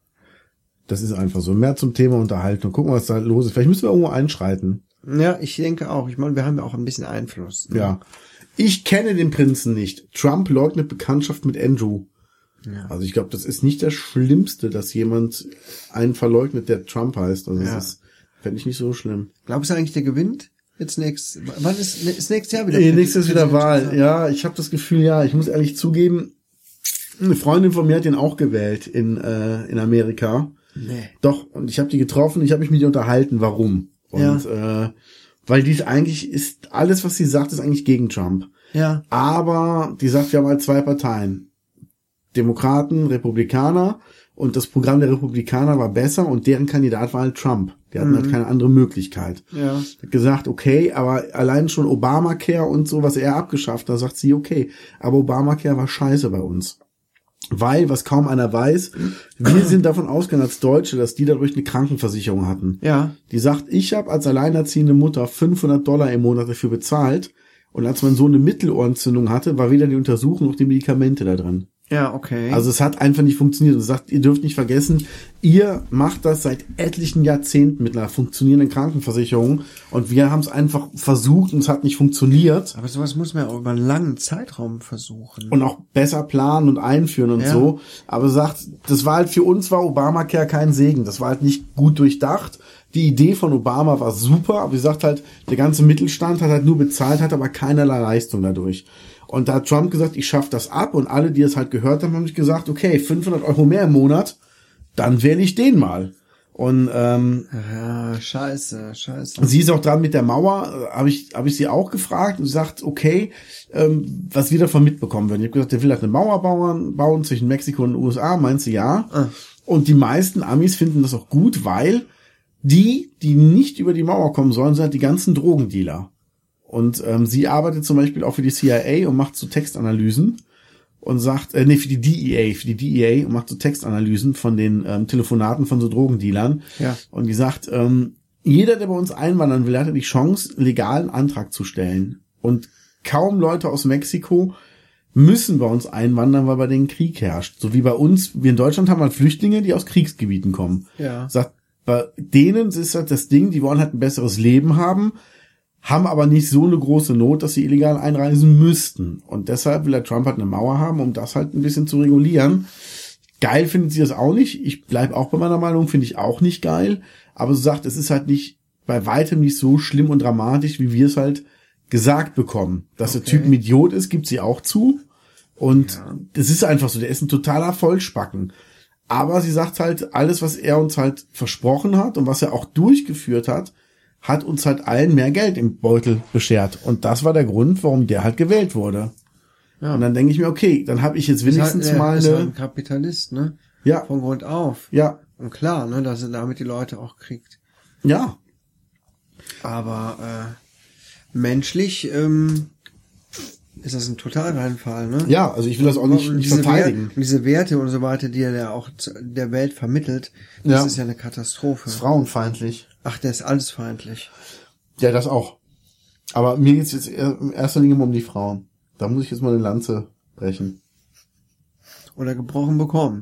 Das ist einfach so. Mehr zum Thema Unterhaltung. Gucken, was da los ist. Vielleicht müssen wir irgendwo einschreiten. Ja, ich denke auch. Ich meine, wir haben ja auch ein bisschen Einfluss. Ne? Ja. Ich kenne den Prinzen nicht. Trump leugnet Bekanntschaft mit Andrew. Ja. Also ich glaube, das ist nicht das Schlimmste, dass jemand einen verleugnet, der Trump heißt. Also Ja. das fände ich nicht so schlimm. Glaubst du eigentlich, der gewinnt? Jetzt wann ist nächstes Jahr wieder? Nächstes ist wieder Wahl. Präsident? Ja, ich habe das Gefühl, ja, ich muss ehrlich zugeben, eine Freundin von mir hat den auch gewählt in Amerika. Nee. Doch, und ich habe die getroffen, ich habe mich mit ihr unterhalten, warum. Und weil die ist alles, was sie sagt, ist eigentlich gegen Trump. Ja. Aber die sagt, wir haben halt zwei Parteien. Demokraten, Republikaner. Und das Programm der Republikaner war besser und deren Kandidat war halt Trump. Die hatten halt keine andere Möglichkeit. Ja. Hat gesagt, okay, aber allein schon Obamacare und so, was er abgeschafft, da sagt sie, okay, aber Obamacare war scheiße bei uns. Weil, was kaum einer weiß, wir sind davon ausgegangen als Deutsche, dass die dadurch eine Krankenversicherung hatten. Ja. Die sagt, ich habe als alleinerziehende Mutter $500 im Monat dafür bezahlt und als mein Sohn eine Mittelohrentzündung hatte, war weder die Untersuchung noch die Medikamente da drin. Ja, okay. Also es hat einfach nicht funktioniert. Und sie sagt, ihr dürft nicht vergessen, ihr macht das seit etlichen Jahrzehnten mit einer funktionierenden Krankenversicherung und wir haben es einfach versucht und es hat nicht funktioniert. aber sowas muss man ja auch über einen langen Zeitraum versuchen. Und auch besser planen und einführen und Ja. so. Aber sagt, das war halt für uns war Obamacare kein Segen. Das war halt nicht gut durchdacht. Die Idee von Obama war super, aber sie sagt halt, der ganze Mittelstand hat halt nur bezahlt, hat aber keinerlei Leistung dadurch. Und da hat Trump gesagt, ich schaffe das ab. Und alle, die es halt gehört haben, haben sich gesagt, okay, 500 € mehr im Monat, dann wähle ich den mal. Und Ja, scheiße. sie ist auch dran mit der Mauer, habe ich sie auch gefragt und sie sagt, okay, was wir davon mitbekommen würden. Ich habe gesagt, der will halt eine Mauer bauen zwischen Mexiko und den USA, meinst du ja? Ah. Und die meisten Amis finden das auch gut, weil die nicht über die Mauer kommen sollen, sind halt die ganzen Drogendealer. Und sie arbeitet zum Beispiel auch für die CIA und macht so Textanalysen und sagt, für die DEA und macht so Textanalysen von den Telefonaten von so Drogendealern. Ja. Und die sagt, jeder, der bei uns einwandern will, hat ja die Chance, legal einen Antrag zu stellen. Und kaum Leute aus Mexiko müssen bei uns einwandern, weil bei denen Krieg herrscht. So wie bei uns, wir in Deutschland haben halt Flüchtlinge, die aus Kriegsgebieten kommen. Ja. Sagt, bei denen ist halt das Ding, die wollen halt ein besseres Leben haben. haben aber nicht so eine große Not, dass sie illegal einreisen müssten. Und deshalb will der Trump halt eine Mauer haben, um das halt ein bisschen zu regulieren. Geil findet sie das auch nicht. Ich bleib auch bei meiner Meinung, finde ich auch nicht geil. Aber sie sagt, es ist halt nicht, bei weitem nicht so schlimm und dramatisch, wie wir es halt gesagt bekommen. Dass der Typ ein Idiot ist, gibt sie auch zu. Und das ist einfach so, der ist ein totaler Vollspacken. Aber sie sagt halt, alles, was er uns halt versprochen hat und was er auch durchgeführt hat uns halt allen mehr Geld im Beutel beschert. Und das war der Grund, warum der halt gewählt wurde. Ja. Und dann denke ich mir, okay, dann habe ich jetzt wenigstens mal ist eine... halt ein Kapitalist, ne? Ja. Von Grund auf. Ja. Und klar, ne, dass er damit die Leute auch kriegt. Ja. Aber menschlich ist das ein Totalreinfall, ne? Ja, also ich will das auch nicht verteidigen. Diese Werte und so weiter, die er auch der Welt vermittelt, das ist ja eine Katastrophe. Das ist frauenfeindlich. Ach, der ist alles feindlich. Ja, das auch. Aber mir geht's jetzt in erster Linie um die Frauen. Da muss ich jetzt mal eine Lanze brechen. Oder gebrochen bekommen.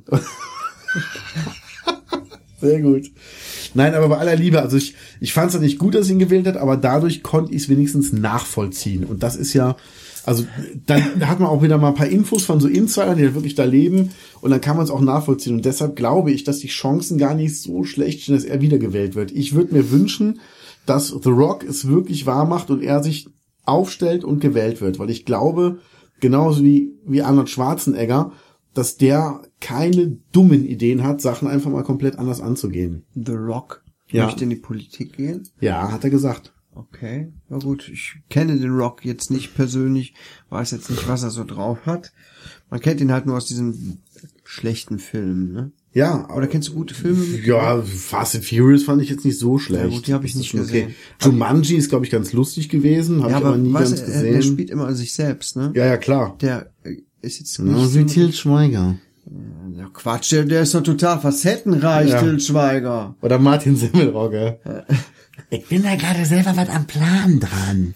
Sehr gut. Nein, aber bei aller Liebe, also ich fand es ja nicht gut, dass ihn gewählt hat, aber dadurch konnte ich es wenigstens nachvollziehen. Und das ist ja, also dann hat man auch wieder mal ein paar Infos von so Insidern, die halt wirklich da leben, und dann kann man es auch nachvollziehen. Und deshalb glaube ich, dass die Chancen gar nicht so schlecht sind, dass er wiedergewählt wird. Ich würde mir wünschen, dass The Rock es wirklich wahr macht und er sich aufstellt und gewählt wird. Weil ich glaube, genauso wie Arnold Schwarzenegger, dass der keine dummen Ideen hat, Sachen einfach mal komplett anders anzugehen. The Rock Ja. möchte in die Politik gehen? Ja, hat er gesagt. Okay, na gut, ich kenne den Rock jetzt nicht persönlich, weiß jetzt nicht, was er so drauf hat. Man kennt ihn halt nur aus diesen schlechten Filmen, ne? Ja. Oder kennst du gute Filme mit ihm? Ja, Fast and Furious fand ich jetzt nicht so schlecht. Ja gut, die habe ich nicht Das ist schon gesehen. Jumanji ist, glaube ich, ganz lustig gewesen, habe Ja, ich aber nie weißt ganz du, gesehen. der spielt immer an sich selbst, ne? Ja, klar. Der ist jetzt Ja, nicht wie Til Schweiger. Ja, Quatsch, der ist doch total facettenreich, Ja. Til Schweiger. Oder Martin Semmelrogge. Ich bin da gerade selber was am Plan dran.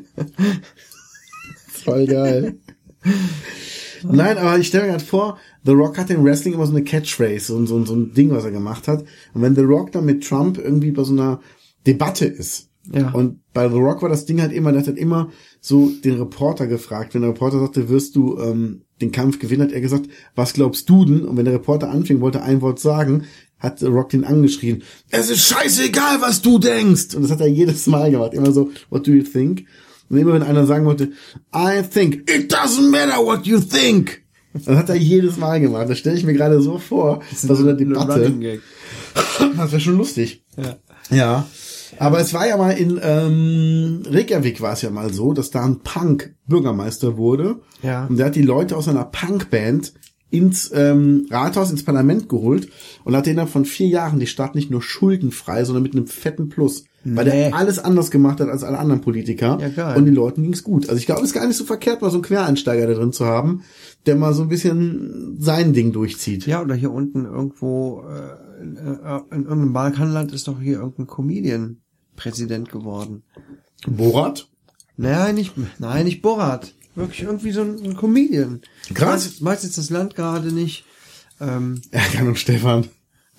Voll geil. Nein, aber ich stelle mir gerade vor, The Rock hat im Wrestling immer so eine Catchphrase, so ein Ding, was er gemacht hat. Und wenn The Rock dann mit Trump irgendwie bei so einer Debatte ist, Ja. und bei The Rock war das Ding halt immer, der hat halt immer so den Reporter gefragt. Wenn der Reporter sagte, wirst du den Kampf gewinnen, hat er gesagt, was glaubst du denn? Und wenn der Reporter anfing, wollte ein Wort sagen, hat The Rock den angeschrien, es ist scheißegal, was du denkst. Und das hat er jedes Mal gemacht. Immer so, what do you think? Und immer wenn einer sagen wollte, I think, it doesn't matter what you think. Das hat er jedes Mal gemacht. Das stelle ich mir gerade so vor, bei so einer Debatte. Das wäre schon lustig. Ja. Ja. Aber es war ja mal in Reykjavik war es ja mal so, dass da ein Punk Bürgermeister wurde. Ja. Und der hat die Leute aus einer Punkband ins Rathaus, ins Parlament geholt und hat innerhalb von 4 Jahren die Stadt nicht nur schuldenfrei, sondern mit einem fetten Plus. Weil der alles anders gemacht hat als alle anderen Politiker. Ja, geil. Und den Leuten ging's gut. Also ich glaube, es ist gar nicht so verkehrt, mal so einen Quereinsteiger da drin zu haben, der mal so ein bisschen sein Ding durchzieht. Ja, oder hier unten irgendwo in irgendeinem Balkanland ist doch hier irgendein Comedian Präsident geworden. Borat? Nein, nicht Borat. Wirklich irgendwie so ein Comedian. Krass. Ich weiß jetzt das Land gerade nicht. Erkan und Stefan.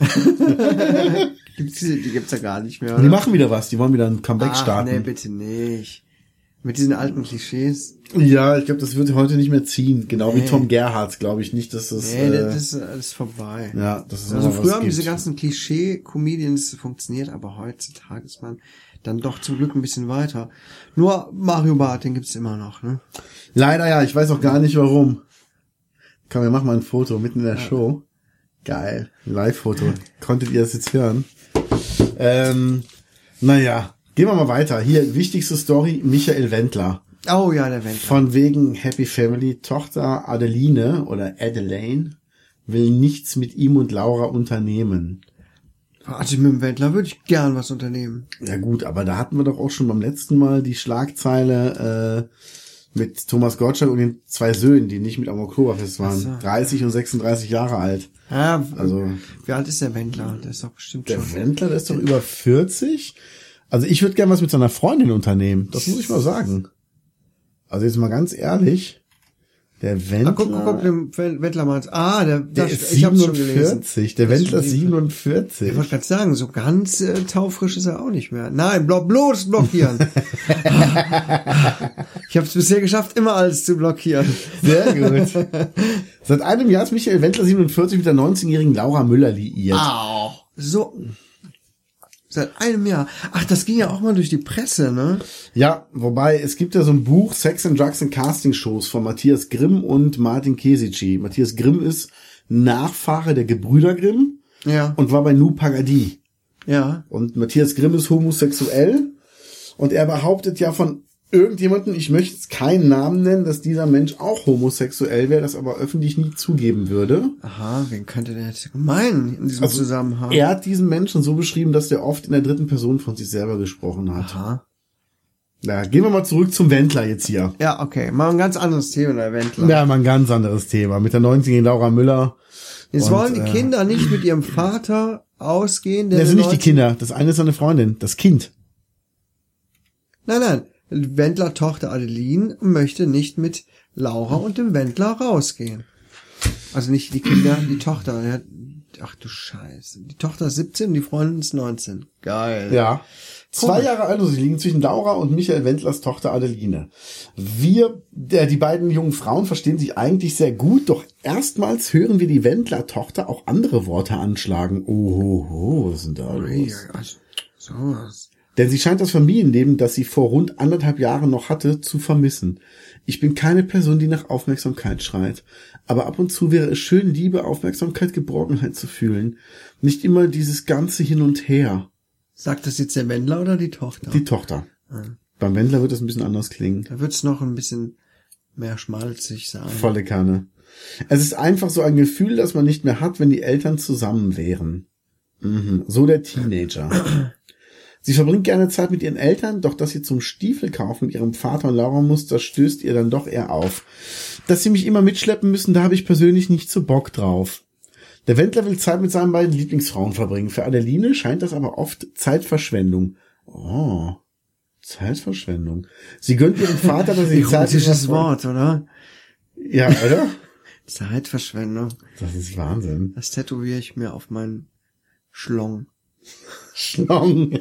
Die gibt's ja gar nicht mehr. Die machen wieder was, die wollen wieder ein Comeback starten. Nee, bitte nicht. Mit diesen alten Klischees. Ja, ich glaube, das wird heute nicht mehr ziehen. Genau wie Nee. Tom Gerhardt, glaube ich nicht, dass das... Nee, das ist alles vorbei. ja, das ist Also noch was früher haben gibt. diese ganzen Klischee-Comedians funktioniert, aber heutzutage ist man dann doch zum Glück ein bisschen weiter. Nur Mario Barth, den gibt's immer noch, ne? Leider ja, ich weiß auch gar nicht warum. Komm, wir machen mal ein Foto mitten in der Show. Geil, ein Live-Foto. Konntet ihr das jetzt hören? Naja, gehen wir mal weiter. Hier, wichtigste Story, Michael Wendler. Oh ja, der Wendler. Von wegen Happy Family, Tochter Adeline oder Adelaine will nichts mit ihm und Laura unternehmen. Also mit dem Wendler würde ich gern was unternehmen. Ja gut, aber da hatten wir doch auch schon beim letzten Mal die Schlagzeile mit Thomas Gottschalk und den 2 Söhnen, die nicht mit am Oktoberfest waren. Ach so. 30 und 36 Jahre alt. Ja, Also wie alt ist der Wendler? Der ist doch bestimmt der schon. Wendler, der ist doch über 40. Also ich würde gern was mit seiner Freundin unternehmen. Das muss ich mal sagen. Also jetzt mal ganz ehrlich. Der Wendler. Guck, den Wendler meinst. Der ist ich hab's schon gelesen. 47. Der Wendler ist 47. Ich wollte gerade sagen, so ganz taufrisch ist er auch nicht mehr. Nein, bloß blockieren. Ich habe es bisher geschafft, immer alles zu blockieren. Sehr gut. Seit einem Jahr ist Michael Wendler 47 mit der 19-jährigen Laura Müller liiert. Au. So. Seit einem Jahr. Ach, das ging ja auch mal durch die Presse, ne? Ja, wobei, es gibt ja so ein Buch, Sex and Drugs and Casting Shows von Matthias Grimm und Martin Kesici. Matthias Grimm ist Nachfahre der Gebrüder Grimm. Ja. Und war bei Nou Pagadi. Ja. Und Matthias Grimm ist homosexuell. Und er behauptet ja von irgendjemanden, ich möchte jetzt keinen Namen nennen, dass dieser Mensch auch homosexuell wäre, das aber öffentlich nie zugeben würde. Aha, wen könnte der jetzt meinen in diesem Zusammenhang? Er hat diesen Menschen so beschrieben, dass der oft in der dritten Person von sich selber gesprochen hat. Aha. Na, gehen wir mal zurück zum Wendler jetzt hier. Ja, okay. Mal ein ganz anderes Thema, der Wendler. Ja, mal ein ganz anderes Thema. Mit der 19-jährigen Laura Müller. Jetzt wollen die Kinder nicht mit ihrem Vater ausgehen. Das sind nicht die Kinder. Das eine ist seine Freundin. Das Kind. Nein. Wendler Tochter Adeline möchte nicht mit Laura und dem Wendler rausgehen. Also nicht die Kinder, die Tochter. Ach du Scheiße. Die Tochter ist 17 und die Freundin ist 19. Geil. Ja. 2 Jahre alt, also sie liegen zwischen Laura und Michael Wendlers Tochter Adeline. Die beiden jungen Frauen verstehen sich eigentlich sehr gut, doch erstmals hören wir die Wendler-Tochter auch andere Worte anschlagen. Oh, was ist denn da los? Also, sowas. Denn sie scheint das Familienleben, das sie vor rund 1,5 Jahren noch hatte, zu vermissen. Ich bin keine Person, die nach Aufmerksamkeit schreit. Aber ab und zu wäre es schön, Liebe, Aufmerksamkeit, Geborgenheit zu fühlen. Nicht immer dieses ganze Hin und Her. Sagt das jetzt der Wendler oder die Tochter? Die Tochter. Ja. Beim Wendler wird das ein bisschen anders klingen. Da wird's noch ein bisschen mehr schmalzig sein. Volle Kanne. Es ist einfach so ein Gefühl, das man nicht mehr hat, wenn die Eltern zusammen wären. So der Teenager. Sie verbringt gerne Zeit mit ihren Eltern, doch dass sie zum Stiefelkauf mit ihrem Vater und Laura muss, das stößt ihr dann doch eher auf. Dass sie mich immer mitschleppen müssen, da habe ich persönlich nicht so Bock drauf. Der Wendler will Zeit mit seinen beiden Lieblingsfrauen verbringen. Für Adeline scheint das aber oft Zeitverschwendung. Oh, Zeitverschwendung. Sie gönnt ihrem Vater, dass sie Zeit... Erotisches Wort, oder? Ja, oder? Zeitverschwendung. Das ist Wahnsinn. Das tätowiere ich mir auf meinen Schlong. Schlong.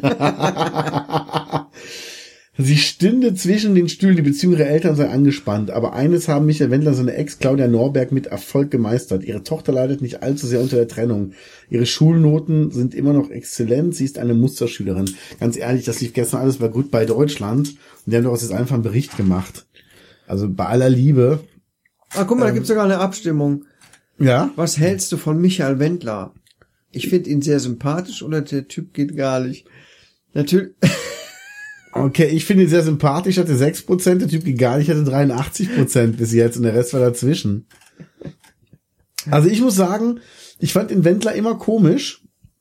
Sie stünde zwischen den Stühlen, die Beziehung ihrer Eltern sei angespannt. Aber eines haben Michael Wendler seine Ex Claudia Norberg mit Erfolg gemeistert. Ihre Tochter leidet nicht allzu sehr unter der Trennung. Ihre Schulnoten sind immer noch exzellent. Sie ist eine Musterschülerin. Ganz ehrlich, das lief gestern alles bei Goodbye Deutschland. Und die haben daraus jetzt einfach einen Bericht gemacht. Also bei aller Liebe. Ah, guck mal, da gibt's sogar eine Abstimmung. Ja? Was hältst du von Michael Wendler? Ich finde ihn sehr sympathisch oder der Typ geht gar nicht. Natürlich... Okay, ich finde ihn sehr sympathisch, hatte 6%, der Typ geht gar nicht, hatte 83% bis jetzt und der Rest war dazwischen. Also ich muss sagen, ich fand den Wendler immer komisch,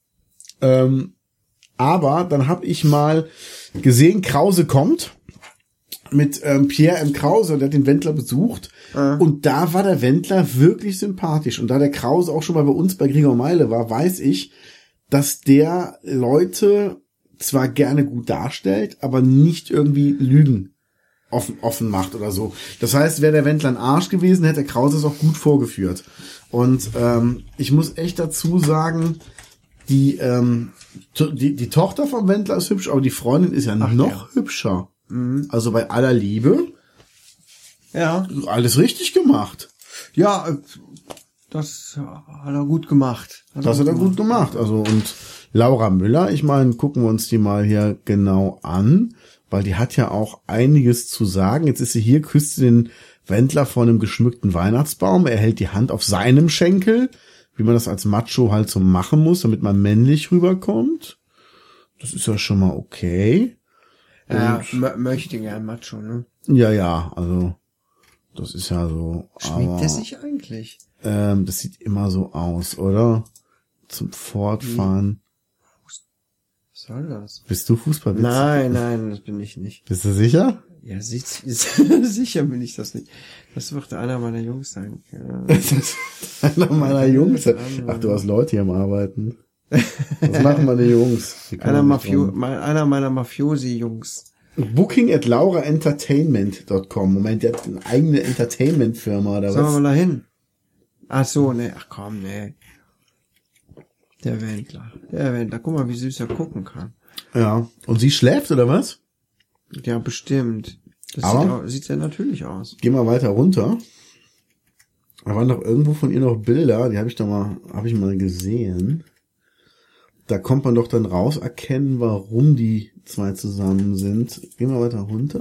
aber dann habe ich mal gesehen, Krause kommt mit Pierre M. Krause, der hat den Wendler besucht und da war der Wendler wirklich sympathisch und da der Krause auch schon mal bei uns bei Gregor Meile war, weiß ich, dass der Leute zwar gerne gut darstellt, aber nicht irgendwie Lügen offen macht oder so. Das heißt, wäre der Wendler ein Arsch gewesen, hätte der Krause es auch gut vorgeführt. Und ich muss echt dazu sagen, die Tochter vom Wendler ist hübsch, aber die Freundin ist ja noch hübcher. Mhm. Also bei aller Liebe, ja, alles richtig gemacht. Ja, das hat er gut gemacht. Das hat er gut gemacht. Also und Laura Müller, ich meine, gucken wir uns die mal hier genau an, weil die hat ja auch einiges zu sagen. Jetzt ist sie hier, küsst den Wendler vor einem geschmückten Weihnachtsbaum. Er hält die Hand auf seinem Schenkel, wie man das als Macho halt so machen muss, damit man männlich rüberkommt. Das ist ja schon mal okay. Ja, möchte gern Macho, ne? Ja, also das ist ja so. Schminkt der sich eigentlich? Das sieht immer so aus, oder? Zum Fortfahren. Was soll das? Bist du Fußballwitz? Nein, das bin ich nicht. Bist du sicher? Ja, sicher bin ich das nicht. Das wird einer meiner Jungs sein. Ja. Das ist einer meiner Jungs. Ach, du hast Leute hier am Arbeiten. Was machen meine Jungs? Einer meiner Mafiosi-Jungs. Booking@lauraentertainment.com. Moment, der hat eine eigene Entertainment-Firma oder Sollen wir was? mal da hin? Ach so, ne, ach komm, ne. Der Wendler. Guck mal, wie süß er gucken kann. Ja. Und sie schläft oder was? Ja, bestimmt. Das Aber- sieht sehr natürlich aus. Geh mal weiter runter. Da waren doch irgendwo von ihr noch Bilder, die habe ich mal gesehen. Da kommt man doch dann raus erkennen, warum die zwei zusammen sind. Geh mal weiter runter.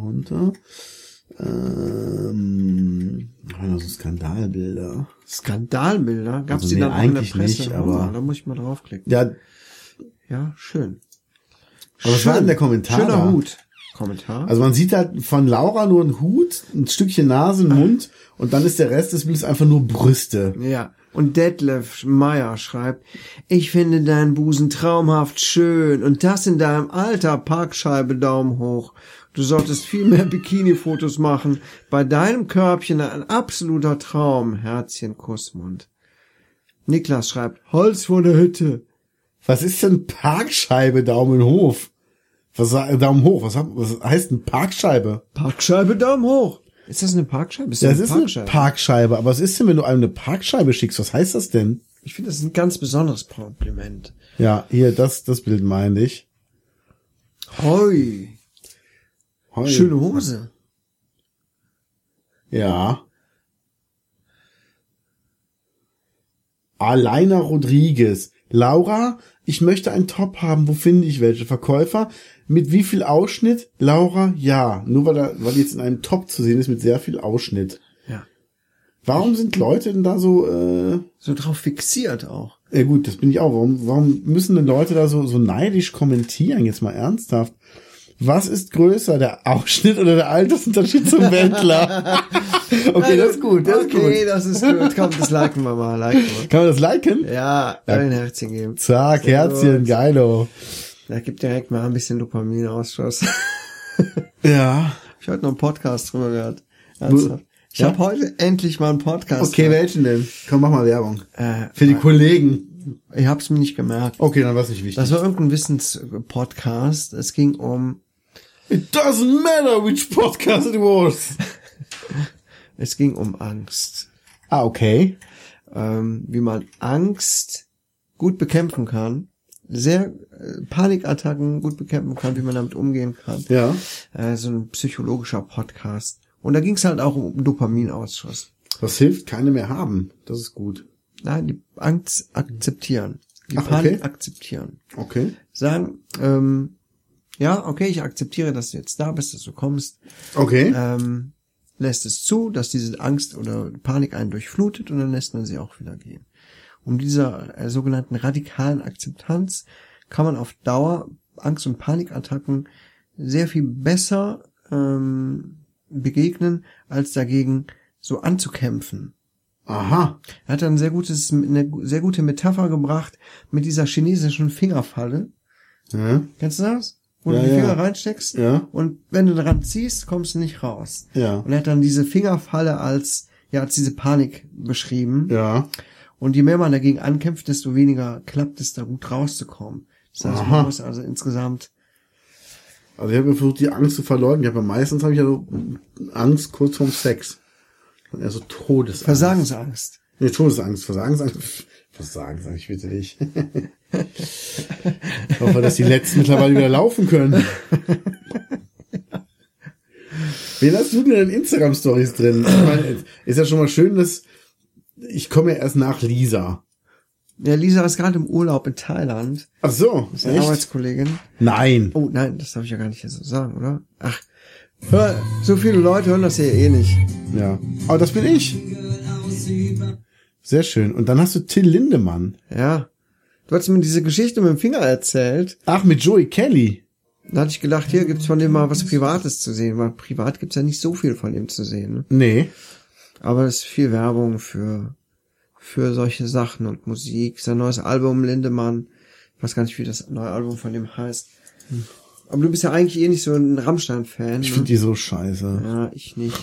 So Skandalbilder. Skandalbilder? Gab's Also die nee, dann auch in der eigentlich Presse? nicht, aber- Da muss ich mal draufklicken. Ja, Ja, schön. aber was war denn der Kommentar Schöner da? Hut. Kommentar? Also man sieht halt von Laura nur einen Hut, ein Stückchen Nase, einen Mund und dann ist der Rest des Bildes einfach nur Brüste. Ja. Und Detlef Meyer schreibt, ich finde deinen Busen traumhaft schön und das in deinem Alter, Parkscheibe Daumen hoch. Du solltest viel mehr Bikini-Fotos machen. Bei deinem Körbchen ein absoluter Traum. Herzchen, Kussmund. Niklas schreibt, Holz vor der Hütte. Was ist denn Parkscheibe Daumen hoch? Daumen hoch? Was heißt denn Parkscheibe? Parkscheibe Daumen hoch. Ist das eine Parkscheibe? Das ist eine Parkscheibe. Aber was ist denn, wenn du einem eine Parkscheibe schickst? Was heißt das denn? Ich finde, das ist ein ganz besonderes Kompliment. Ja, hier, das Bild meine ich. Hoi. Heu. Schöne Hose. Ja. Alaina Rodriguez. Laura, ich möchte einen Top haben. Wo finde ich welche? Verkäufer? Mit wie viel Ausschnitt? Laura, ja. Nur weil jetzt in einem Top zu sehen ist mit sehr viel Ausschnitt. Ja. Warum sind Leute denn da so, So drauf fixiert auch. ja gut, das bin ich auch. Warum müssen denn Leute da so neidisch kommentieren? Jetzt mal ernsthaft. Was ist größer, der Ausschnitt oder der Altersunterschied zum Wendler? Okay, das ist gut, das ist gut. Okay, das ist gut. Komm, das liken wir mal. Kann man das liken? Ja, ein Herzchen geben. Zack, Sehr Herzchen, gut. geilo. Da gibt direkt mal ein bisschen Dopaminausschuss. Ja. Ich habe heute noch einen Podcast drüber gehört. Ernsthaft. Ich Ja? habe heute endlich mal einen Podcast. Okay, gehört. welchen denn? Komm, mach mal Werbung. Äh, Für die Kollegen. Ich hab's mir nicht gemerkt. Okay, dann war's nicht wichtig. Das war irgendein Wissenspodcast. Es ging um It doesn't matter which podcast it was. Angst. Ah, okay. Wie man Angst gut bekämpfen kann. Sehr Panikattacken gut bekämpfen kann, wie man damit umgehen kann. Ja. So ein psychologischer Podcast. Und da ging's halt auch um Dopaminausschuss. Was hilft? Keine mehr haben. Das ist gut. Nein, die Angst akzeptieren. Die Ach, Panik okay. akzeptieren. Okay. Sagen, ja, okay, ich akzeptiere, dass du jetzt da bist, dass du kommst. Okay. Lässt es zu, dass diese Angst oder Panik einen durchflutet und dann lässt man sie auch wieder gehen. Um dieser sogenannten radikalen Akzeptanz kann man auf Dauer Angst- und Panikattacken sehr viel besser begegnen, als dagegen so anzukämpfen. Aha. Er hat dann eine sehr gute Metapher gebracht mit dieser chinesischen Fingerfalle. Ja. Kennst du das? Wo Ja, du die ja. Finger reinsteckst Ja. und wenn du daran ziehst, kommst du nicht raus. Ja. Und er hat dann diese Fingerfalle als diese Panik beschrieben. Ja. Und je mehr man dagegen ankämpft, desto weniger klappt es da gut rauszukommen. Das heißt, Aha. man muss also insgesamt, Also ich habe versucht, die Angst zu verleugnen. Meistens habe ich ja so Angst kurz vorm Sex. Also Todesangst. Versagensangst. Nee, Todesangst. Versagensangst, ich bitte dich. Ich hoffe, dass die Letzten mittlerweile wieder laufen können. Wen hast du denn in Instagram-Stories drin? Ich meine, ist ja schon mal schön, dass ich komme ja erst nach Lisa. Ja, Lisa ist gerade im Urlaub in Thailand. Ach so, Das ist eine echt? Arbeitskollegin. Nein. Oh nein, das darf ich ja gar nicht so sagen, oder? Ach, hör, so viele Leute hören das hier eh nicht. Ja. Aber das bin ich. Sehr schön. Und dann hast du Till Lindemann. Ja. Du hast mir diese Geschichte mit dem Finger erzählt. Ach, mit Joey Kelly. Da hatte ich gedacht, hier gibt's von dem mal was Privates zu sehen, weil privat gibt's ja nicht so viel von dem zu sehen. Ne? Nee. Aber es ist viel Werbung für solche Sachen und Musik. Sein neues Album Lindemann. Ich weiß gar nicht, wie das neue Album von dem heißt. Aber du bist ja eigentlich eh nicht so ein Rammstein-Fan. Ich Ne? finde die so scheiße. Ja, ich nicht.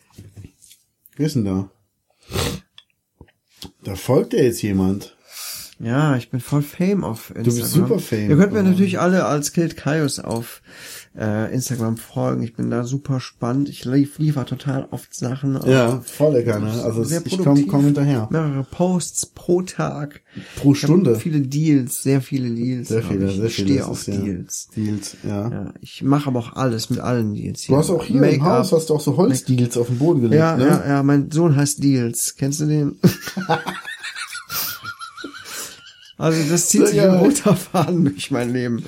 Wer ist denn da? Da folgt ja jetzt jemand. Ja, ich bin voll Fame auf Instagram. bist super Fame. Ihr könnt mir natürlich alle als Killed Kaius auf Instagram folgen. Ich bin da super spannend. Ich liefer total oft Sachen. Ja, voll lecker, ne? Also Sehr ich produktiv. komm hinterher. Mehrere Posts pro Tag. Pro Ich hab Stunde. Viele Deals, sehr viele Deals. Sehr viele, Ich sehr viele. stehe Das auf ist ja Deals. Deals, ja. Ja, ich mache aber auch alles mit allen Deals. Du hast auch hier im Haus, hast du auch so Holzdeals auf den Boden gelegt, Ja, ne? ja, mein Sohn heißt Deals. Kennst du den? Also das zieht sich ein roter Faden durch mein Leben.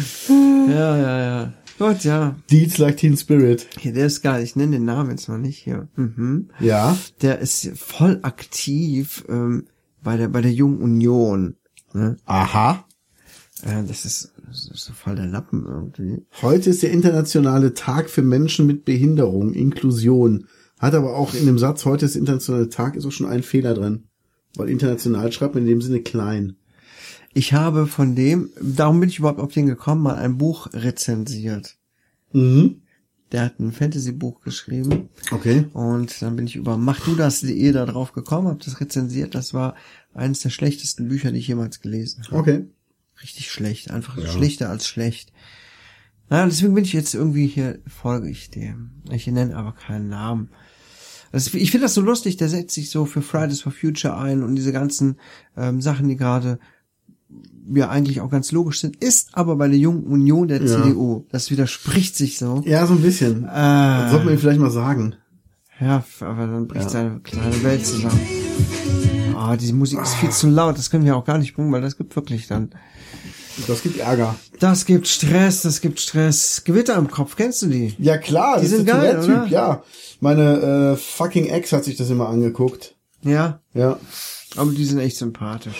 Ja. Gut, ja. Deals like Teen Spirit. Hier, der ist geil. Ich nenne den Namen jetzt mal nicht hier. Mhm. Ja. Der ist voll aktiv bei der Jungen Union. Ne? Aha. Das ist so voll der Lappen irgendwie. Heute ist der internationale Tag für Menschen mit Behinderung, Inklusion. Hat aber auch in dem Satz, heute ist der internationale Tag, ist auch schon ein Fehler drin. Weil international schreibt man in dem Sinne klein. Ich habe von dem, darum bin ich überhaupt auf den gekommen, mal ein Buch rezensiert. Mhm. Der hat ein Fantasy-Buch geschrieben. Okay. Und dann bin ich über machdudas.de da drauf gekommen, habe das rezensiert. Das war eines der schlechtesten Bücher, die ich jemals gelesen habe. Okay. Richtig schlecht, einfach schlechter als schlecht. Naja, deswegen bin ich jetzt irgendwie hier, folge ich dem. Ich nenne aber keinen Namen. Also ich finde das so lustig, der setzt sich so für Fridays for Future ein und diese ganzen Sachen, die gerade ja eigentlich auch ganz logisch sind, ist aber bei der Jungen Union der CDU. Das widerspricht sich so. Ja, so ein bisschen. Das sollte man ihm vielleicht mal sagen. Ja, aber dann bricht seine kleine Welt zusammen. Die Musik ist viel zu laut, das können wir auch gar nicht bringen, weil das gibt wirklich dann. Das gibt Ärger. Das gibt Stress. Gewitter im Kopf, kennst du die? Ja klar, Die das sind ist geil, der oder? Typ, ja. Meine fucking Ex hat sich das immer angeguckt. Ja, Ja. aber die sind echt sympathisch.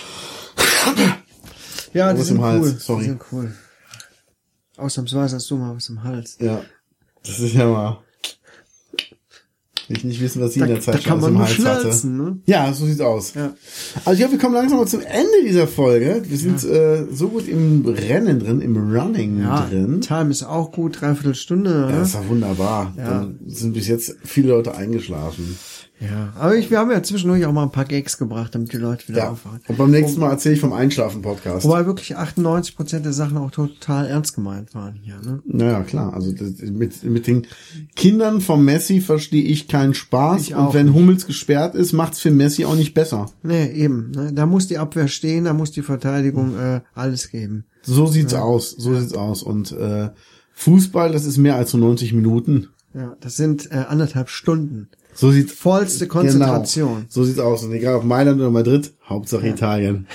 Ja, die Was sind im Hals, cool. sorry. Die sind cool. Ausnahmsweise hast du mal was im Hals. Ja. Das ist ja mal. Will ich nicht wissen, was sie in der Zeit Da kann man im nur Hals schnalzen, hatte. ne? Ja, so sieht's aus. Ja. Also ich glaube, wir kommen langsam mal zum Ende dieser Folge. Wir sind so gut im Rennen drin, im Running drin. Time ist auch gut, 3/4 Stunde. Ja, Ne? das ist ja wunderbar. Ja. Dann sind bis jetzt viele Leute eingeschlafen. Ja, aber wir haben ja zwischendurch auch mal ein paar Gags gebracht, damit die Leute wieder Ja. aufwachen. Und beim nächsten Mal erzähle ich vom Einschlafen-Podcast. Wobei wirklich 98% der Sachen auch total ernst gemeint waren hier, ne? Naja, klar. Also mit den Kindern vom Messi verstehe ich keinen Spaß. Ich auch Und wenn Hummels gesperrt ist, macht's für Messi auch nicht besser. Nee, eben. Ne? Da muss die Abwehr stehen, da muss die Verteidigung alles geben. So sieht's aus. So sieht's aus. Und Fußball, das ist mehr als so 90 Minuten. Ja, das sind 1,5 Stunden. So sieht's Vollste Konzentration. Genau. So sieht's aus. Und egal ob Mailand oder Madrid, Hauptsache Italien.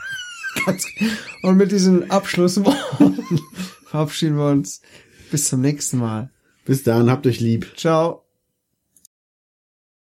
Und mit diesen Abschlussworten verabschieden wir uns. Bis zum nächsten Mal. Bis dann, habt euch lieb. Ciao.